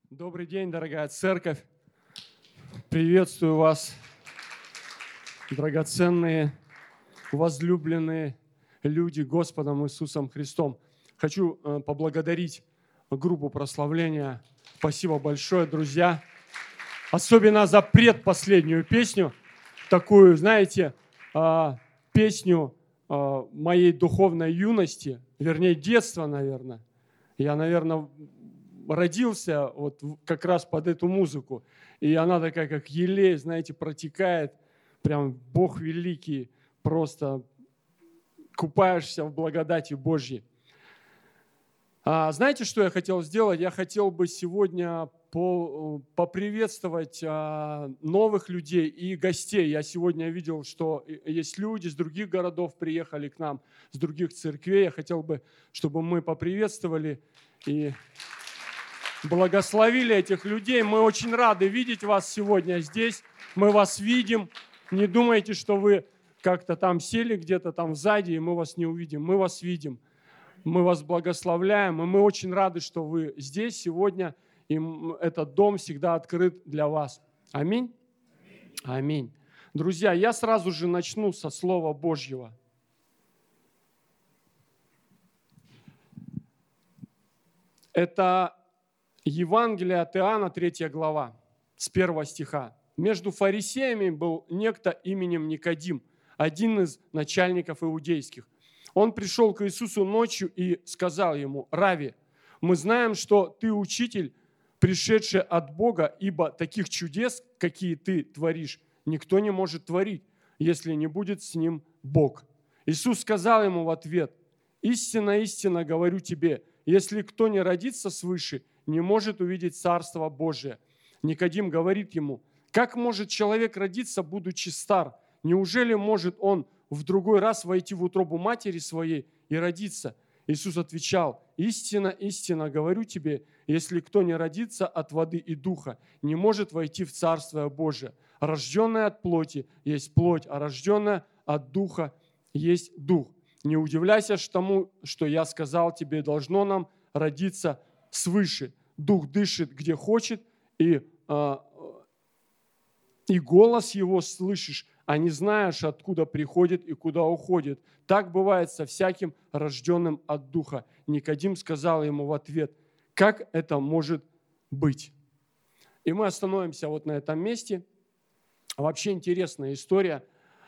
Добрый день, дорогая церковь. Приветствую вас, драгоценные, возлюбленные люди Господом Иисусом Христом. Хочу поблагодарить группу прославления. Спасибо большое, друзья. Особенно за предпоследнюю песню. Такую, знаете, песню моей духовной юности, вернее, детства, наверное. Я, наверное, родился вот как раз под эту музыку. И она такая, как елей, знаете, протекает. Прям Бог великий, просто купаешься в благодати Божьей. Знаете, что я хотел сделать? Я хотел бы сегодня поприветствовать новых людей и гостей. Я сегодня видел, что есть люди с других городов приехали к нам, с других церквей. Я хотел бы, чтобы мы поприветствовали и благословили этих людей. Мы очень рады видеть вас сегодня здесь. Мы вас видим. Не думайте, что вы как-то там сели где-то там сзади, и мы вас не увидим. Мы вас видим. Мы вас благословляем, и мы очень рады, что вы здесь сегодня, и этот дом всегда открыт для вас. Аминь? Аминь. Друзья, я сразу же начну со Слова Божьего. Это Евангелие от Иоанна, 3 глава, с 1 стиха. «Между фарисеями был некто именем Никодим, один из начальников иудейских. Он пришел к Иисусу ночью и сказал ему: „Рави, мы знаем, что ты учитель, пришедший от Бога, ибо таких чудес, какие ты творишь, никто не может творить, если не будет с ним Бог“. Иисус сказал ему в ответ: „Истинно, истинно говорю тебе, если кто не родится свыше, не может увидеть Царство Божие“. Никодим говорит ему: „Как может человек родиться, будучи стар? Неужели может он в другой раз войти в утробу матери своей и родиться?“ Иисус отвечал: „Истинно, истинно говорю тебе, если кто не родится от воды и духа, не может войти в Царствие Божие. Рожденное от плоти есть плоть, а рожденное от духа есть дух. Не удивляйся тому, что я сказал тебе, должно нам родиться свыше. Дух дышит, где хочет, и голос его слышишь, а не знаешь, откуда приходит и куда уходит. Так бывает со всяким рожденным от Духа“. Никодим сказал ему в ответ: „Как это может быть?“ И мы остановимся вот на этом месте. Вообще интересная история.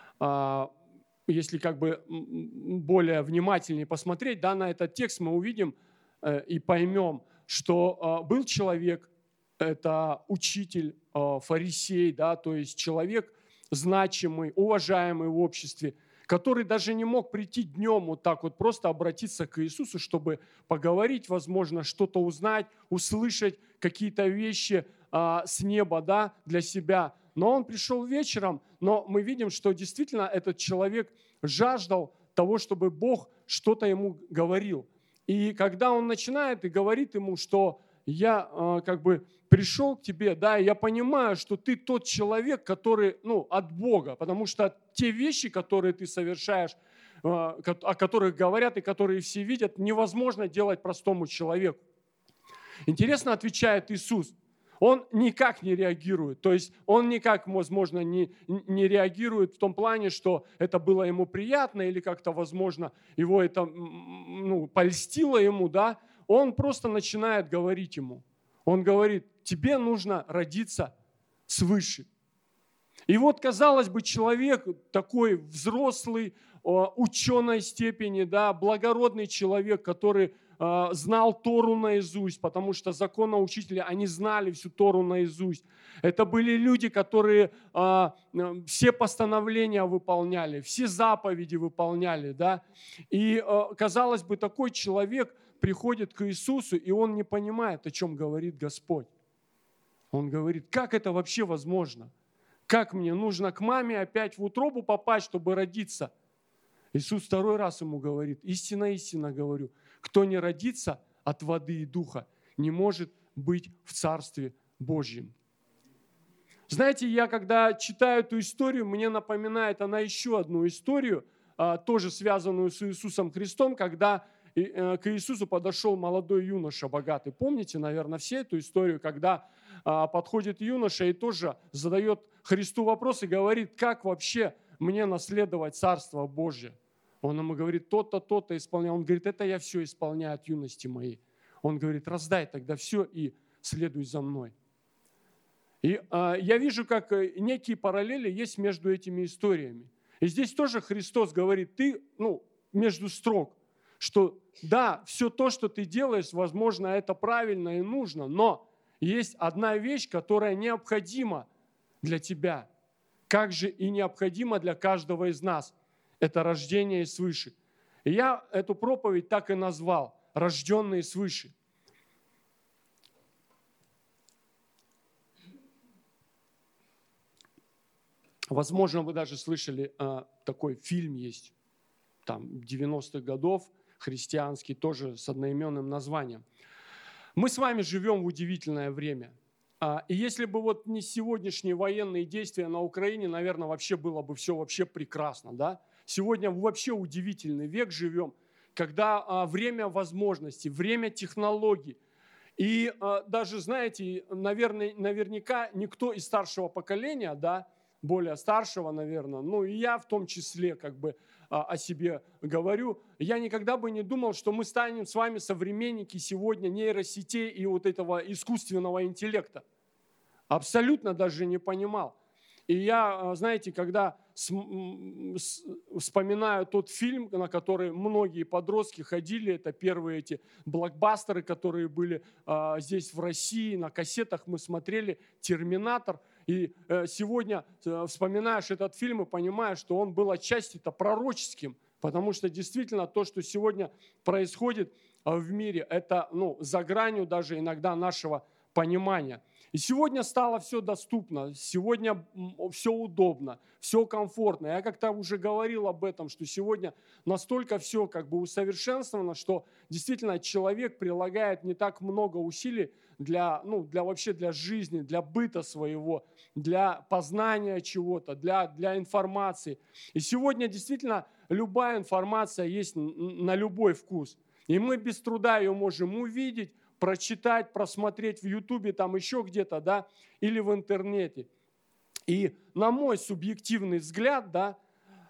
Если как бы более внимательнее посмотреть, да, на этот текст, мы увидим и поймем, что был человек, это учитель, фарисей, да, то есть человек значимый, уважаемый в обществе, который даже не мог прийти днем вот так вот просто обратиться к Иисусу, чтобы поговорить, возможно, что-то узнать, услышать какие-то вещи с неба, да, для себя. Но он пришел вечером, но мы видим, что действительно этот человек жаждал того, чтобы Бог что-то ему говорил. И когда он начинает и говорит ему, что я как бы пришел к тебе, да, и я понимаю, что ты тот человек, который, от Бога, потому что те вещи, которые ты совершаешь, о которых говорят и которые все видят, невозможно делать простому человеку. Интересно отвечает Иисус. Он никак не реагирует. То есть он никак, возможно, не реагирует в том плане, что это было ему приятно или как-то, возможно, его это польстило ему, да. Он просто начинает говорить ему. Он говорит: тебе нужно родиться свыше. И вот, казалось бы, человек такой взрослый, ученой степени, да, благородный человек, который знал Тору наизусть, потому что законоучители, они знали всю Тору наизусть. Это были люди, которые все постановления выполняли, все заповеди выполняли, да. И, казалось бы, такой человек приходит к Иисусу, и он не понимает, о чем говорит Господь. Он говорит: как это вообще возможно? Как мне нужно к маме опять в утробу попасть, чтобы родиться? Иисус второй раз ему говорит: истинно, истинно говорю, кто не родится от воды и духа, не может быть в Царстве Божьем. Знаете, я когда читаю эту историю, мне напоминает она еще одну историю, тоже связанную с Иисусом Христом, когда к Иисусу подошел молодой юноша богатый. Помните, наверное, все эту историю, когда подходит юноша и тоже задает Христу вопрос и говорит, как вообще мне наследовать Царство Божье? Он ему говорит, то-то, то-то исполняю. Он говорит, это я все исполняю от юности моей. Он говорит, раздай тогда все и следуй за мной. И я вижу, как некие параллели есть между этими историями. И здесь тоже Христос говорит, ты, между строк, что да, все то, что ты делаешь, возможно, это правильно и нужно, но есть одна вещь, которая необходима для тебя, как же и необходима для каждого из нас. Это рождение свыше. И я эту проповедь так и назвал «Рожденные свыше». Возможно, вы даже слышали, такой фильм есть, там, 90-х годов, христианский, тоже с одноименным названием. Мы с вами живем в удивительное время. И если бы вот не сегодняшние военные действия на Украине, наверное, вообще было бы все вообще прекрасно, да? Сегодня вообще удивительный век живем, когда время возможностей, время технологий. И даже, знаете, наверняка никто из старшего поколения, да, более старшего, наверное, и я в том числе как бы о себе говорю, я никогда бы не думал, что мы станем с вами современники сегодня нейросетей и вот этого искусственного интеллекта. Абсолютно даже не понимал. И я, знаете, когда вспоминаю тот фильм, на который многие подростки ходили, это первые эти блокбастеры, которые были здесь в России, на кассетах мы смотрели «Терминатор». И сегодня вспоминаешь этот фильм и понимаешь, что он был отчасти-то пророческим, потому что действительно то, что сегодня происходит в мире, это за гранью даже иногда нашего понимания. И сегодня стало все доступно, сегодня все удобно, все комфортно. Я как-то уже говорил об этом, что сегодня настолько все как бы усовершенствовано, что действительно человек прилагает не так много усилий для жизни, для быта своего, для познания чего-то, для информации. И сегодня действительно любая информация есть на любой вкус. И мы без труда ее можем увидеть, прочитать, просмотреть в Ютубе, там еще где-то, да, или в интернете. И на мой субъективный взгляд, да,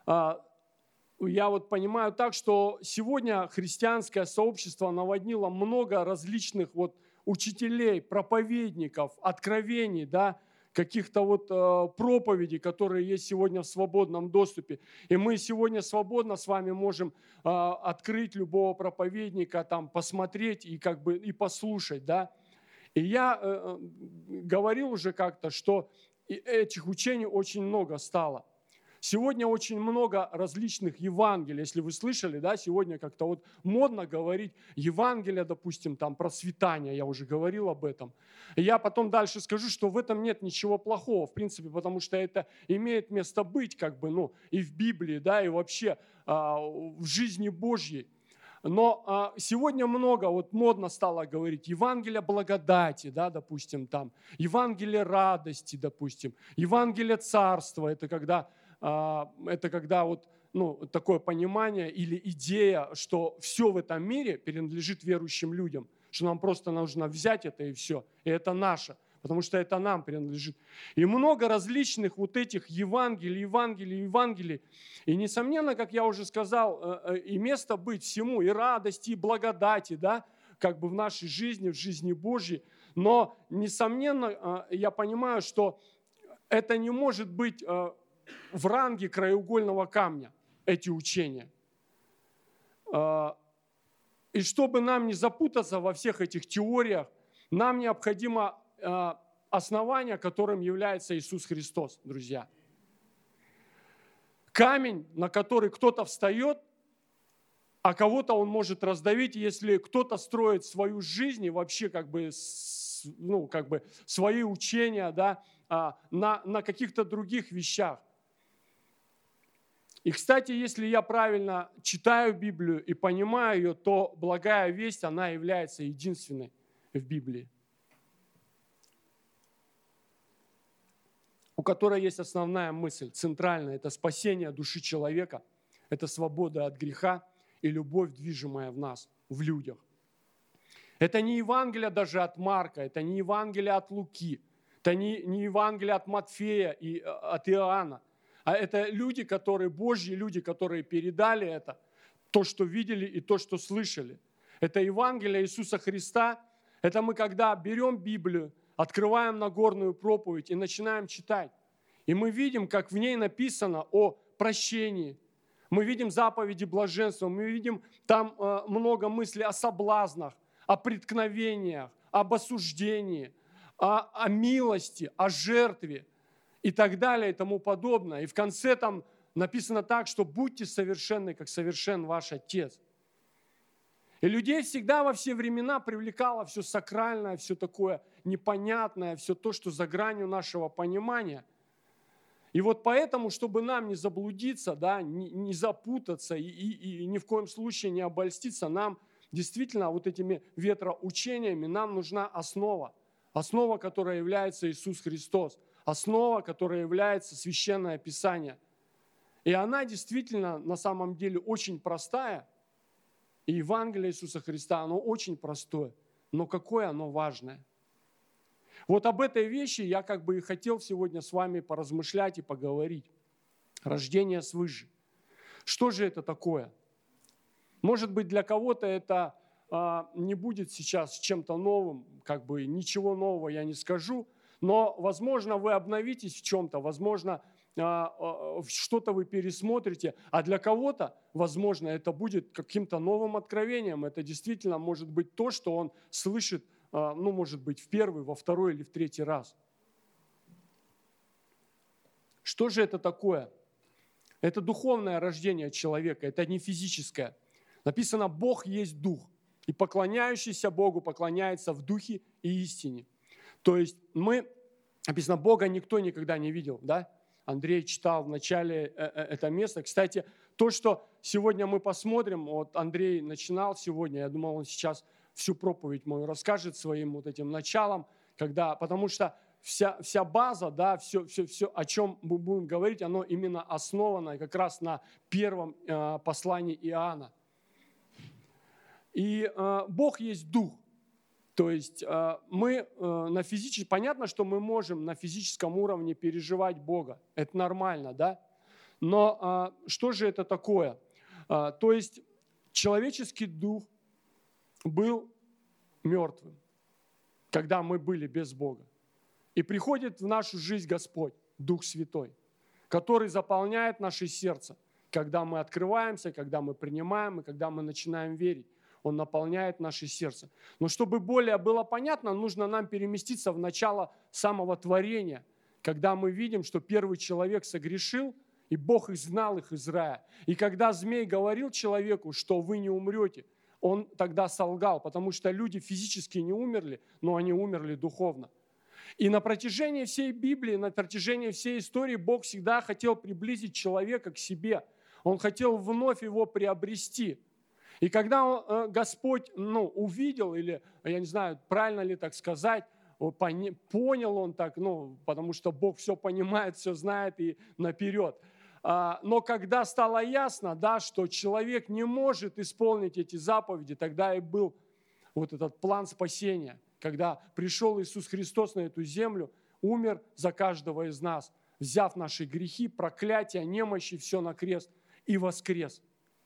я вот понимаю так, что сегодня христианское сообщество наводнило много различных вот учителей, проповедников, откровений, да, каких-то вот проповедей, которые есть сегодня в свободном доступе. И мы сегодня свободно с вами можем открыть любого проповедника, там, посмотреть и как бы и послушать, да. И я говорил уже как-то, что этих учений очень много стало. Сегодня очень много различных Евангелий, если вы слышали, да, сегодня как-то вот модно говорить Евангелие, допустим, там процветание, я уже говорил об этом. И я потом дальше скажу, что в этом нет ничего плохого, в принципе, потому что это имеет место быть, как бы, и в Библии, да, и вообще в жизни Божьей. Но сегодня много, вот модно стало говорить, Евангелие благодати, да, допустим, там, Евангелие радости, допустим, Евангелие царства, это когда вот, такое понимание или идея, что все в этом мире принадлежит верующим людям, что нам просто нужно взять это и все, и это наше, потому что это нам принадлежит. И много различных вот этих Евангелий. И несомненно, как я уже сказал, и место быть всему, и радости, и благодати, да, как бы в нашей жизни, в жизни Божьей. Но, несомненно, я понимаю, что это не может быть в ранге краеугольного камня, эти учения. И чтобы нам не запутаться во всех этих теориях, нам необходимо основание, которым является Иисус Христос, друзья. Камень, на который кто-то встает, а кого-то он может раздавить, если кто-то строит свою жизнь и вообще как бы свои учения, да, на каких-то других вещах. И, кстати, если я правильно читаю Библию и понимаю ее, то благая весть, она является единственной в Библии, у которой есть основная мысль, центральная, это спасение души человека, это свобода от греха и любовь, движимая в нас. в людях. Это не Евангелие даже от Марка, это не Евангелие от Луки, это не Евангелие от Матфея и от Иоанна, а это люди, которые, Божьи люди, которые передали это, то, что видели и то, что слышали. Это Евангелие Иисуса Христа. Это мы, когда берем Библию, открываем Нагорную проповедь и начинаем читать. И мы видим, как в ней написано о прощении. Мы видим заповеди блаженства, мы видим там много мыслей о соблазнах, о преткновениях, об осуждении, о милости, о жертве и так далее и тому подобное. И в конце там написано так, что будьте совершенны, как совершен ваш Отец. И людей всегда во все времена привлекало все сакральное, все такое непонятное, все то, что за гранью нашего понимания. И вот поэтому, чтобы нам не заблудиться, да, не запутаться и ни в коем случае не обольститься, нам действительно вот этими ветроучениями нам нужна основа. Основа, которая является Иисус Христос. Основа, которая является Священное Писание. И она действительно на самом деле очень простая. И Евангелие Иисуса Христа, оно очень простое. Но какое оно важное. Вот об этой вещи я как бы и хотел сегодня с вами поразмышлять и поговорить. Рождение свыше. Что же это такое? Может быть, для кого-то это не будет сейчас чем-то новым, как бы ничего нового я не скажу, но, возможно, вы обновитесь в чем-то, возможно, что-то вы пересмотрите, а для кого-то, возможно, это будет каким-то новым откровением. Это действительно может быть то, что он слышит, ну, может быть, в первый, во второй или в третий раз. Что же это такое? Это духовное рождение человека, это не физическое. Написано, Бог есть Дух, и поклоняющийся Богу поклоняется в Духе и истине. То есть написано, Бога никто никогда не видел, да? Андрей читал в начале это место. Кстати, то, что сегодня мы посмотрим, вот Андрей начинал сегодня, я думал, он сейчас всю проповедь мою расскажет своим вот этим началом, потому что вся база, да, все, о чем мы будем говорить, оно именно основано как раз на первом послании Иоанна. И Бог есть Дух. То есть понятно, что мы можем на физическом уровне переживать Бога. Это нормально, да? Но что же это такое? То есть человеческий дух был мертвым, когда мы были без Бога. И приходит в нашу жизнь Господь, Дух Святой, который заполняет наше сердце, когда мы открываемся, когда мы принимаем и когда мы начинаем верить. Он наполняет наше сердце. Но чтобы более было понятно, нужно нам переместиться в начало самого творения, когда мы видим, что первый человек согрешил, и Бог изгнал их из рая. И когда змей говорил человеку, что вы не умрете, он тогда солгал, потому что люди физически не умерли, но они умерли духовно. И на протяжении всей Библии, на протяжении всей истории Бог всегда хотел приблизить человека к себе. Он хотел вновь его приобрести. И когда Господь увидел, или, я не знаю, правильно ли так сказать, понял он так, потому что Бог все понимает, все знает и наперед. Но когда стало ясно, да, что человек не может исполнить эти заповеди, тогда и был вот этот план спасения, когда пришел Иисус Христос на эту землю, умер за каждого из нас, взяв наши грехи, проклятия, немощи, все на крест и воскрес.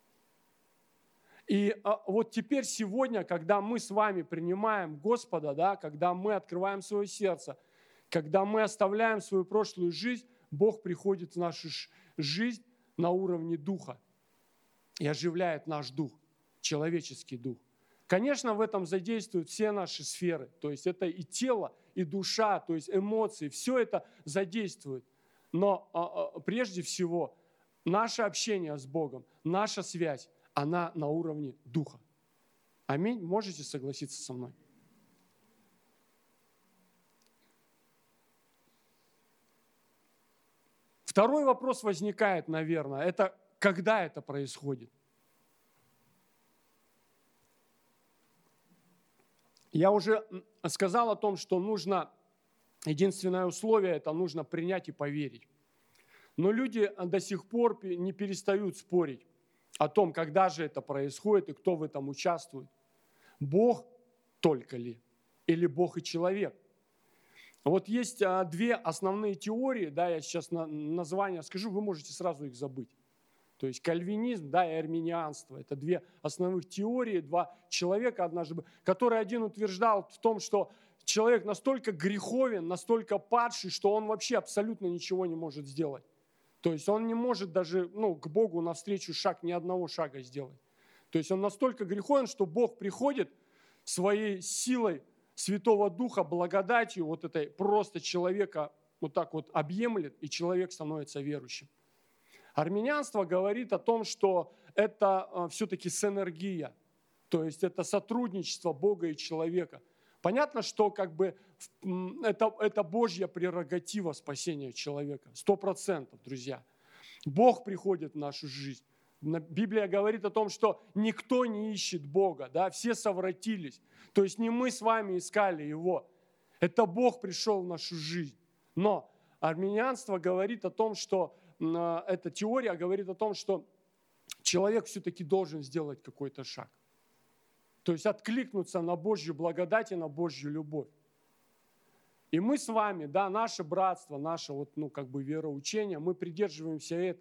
И вот теперь сегодня, когда мы с вами принимаем Господа, да, когда мы открываем свое сердце, когда мы оставляем свою прошлую жизнь, Бог приходит в нашу жизнь на уровне духа и оживляет наш дух, человеческий дух. Конечно, в этом задействуют все наши сферы, то есть это и тело, и душа, то есть эмоции, все это задействует. Но прежде всего наше общение с Богом, наша связь, она на уровне духа. Аминь. Можете согласиться со мной? Второй вопрос возникает, наверное, это когда это происходит? Я уже сказал о том, что нужно, единственное условие, это нужно принять и поверить. Но люди до сих пор не перестают спорить. о том, когда же это происходит и кто в этом участвует. Бог только ли? Или Бог и человек? Вот есть две основные теории, да, я сейчас названия скажу, вы можете сразу их забыть. То есть кальвинизм, да, и арминианство. Это две основных теории, два человека однажды, который один утверждал в том, что человек настолько греховен, настолько падший, что он вообще абсолютно ничего не может сделать. То есть он не может даже к Богу навстречу ни одного шага сделать. То есть он настолько греховен, что Бог приходит своей силой Святого Духа, благодатью вот этой просто человека вот так вот объемлет, и человек становится верующим. Арминианство говорит о том, что это все-таки синергия, то есть это сотрудничество Бога и человека. Понятно, что это Божья прерогатива спасения человека, 100%, друзья. Бог приходит в нашу жизнь. Библия говорит о том, что никто не ищет Бога, да, все совратились. То есть не мы с вами искали Его, это Бог пришел в нашу жизнь. Но арминианство говорит о том, что, эта теория говорит о том, что человек все-таки должен сделать какой-то шаг. То есть откликнуться на Божью благодать и на Божью любовь. И мы с вами, да, наше братство, наше вероучение, мы придерживаемся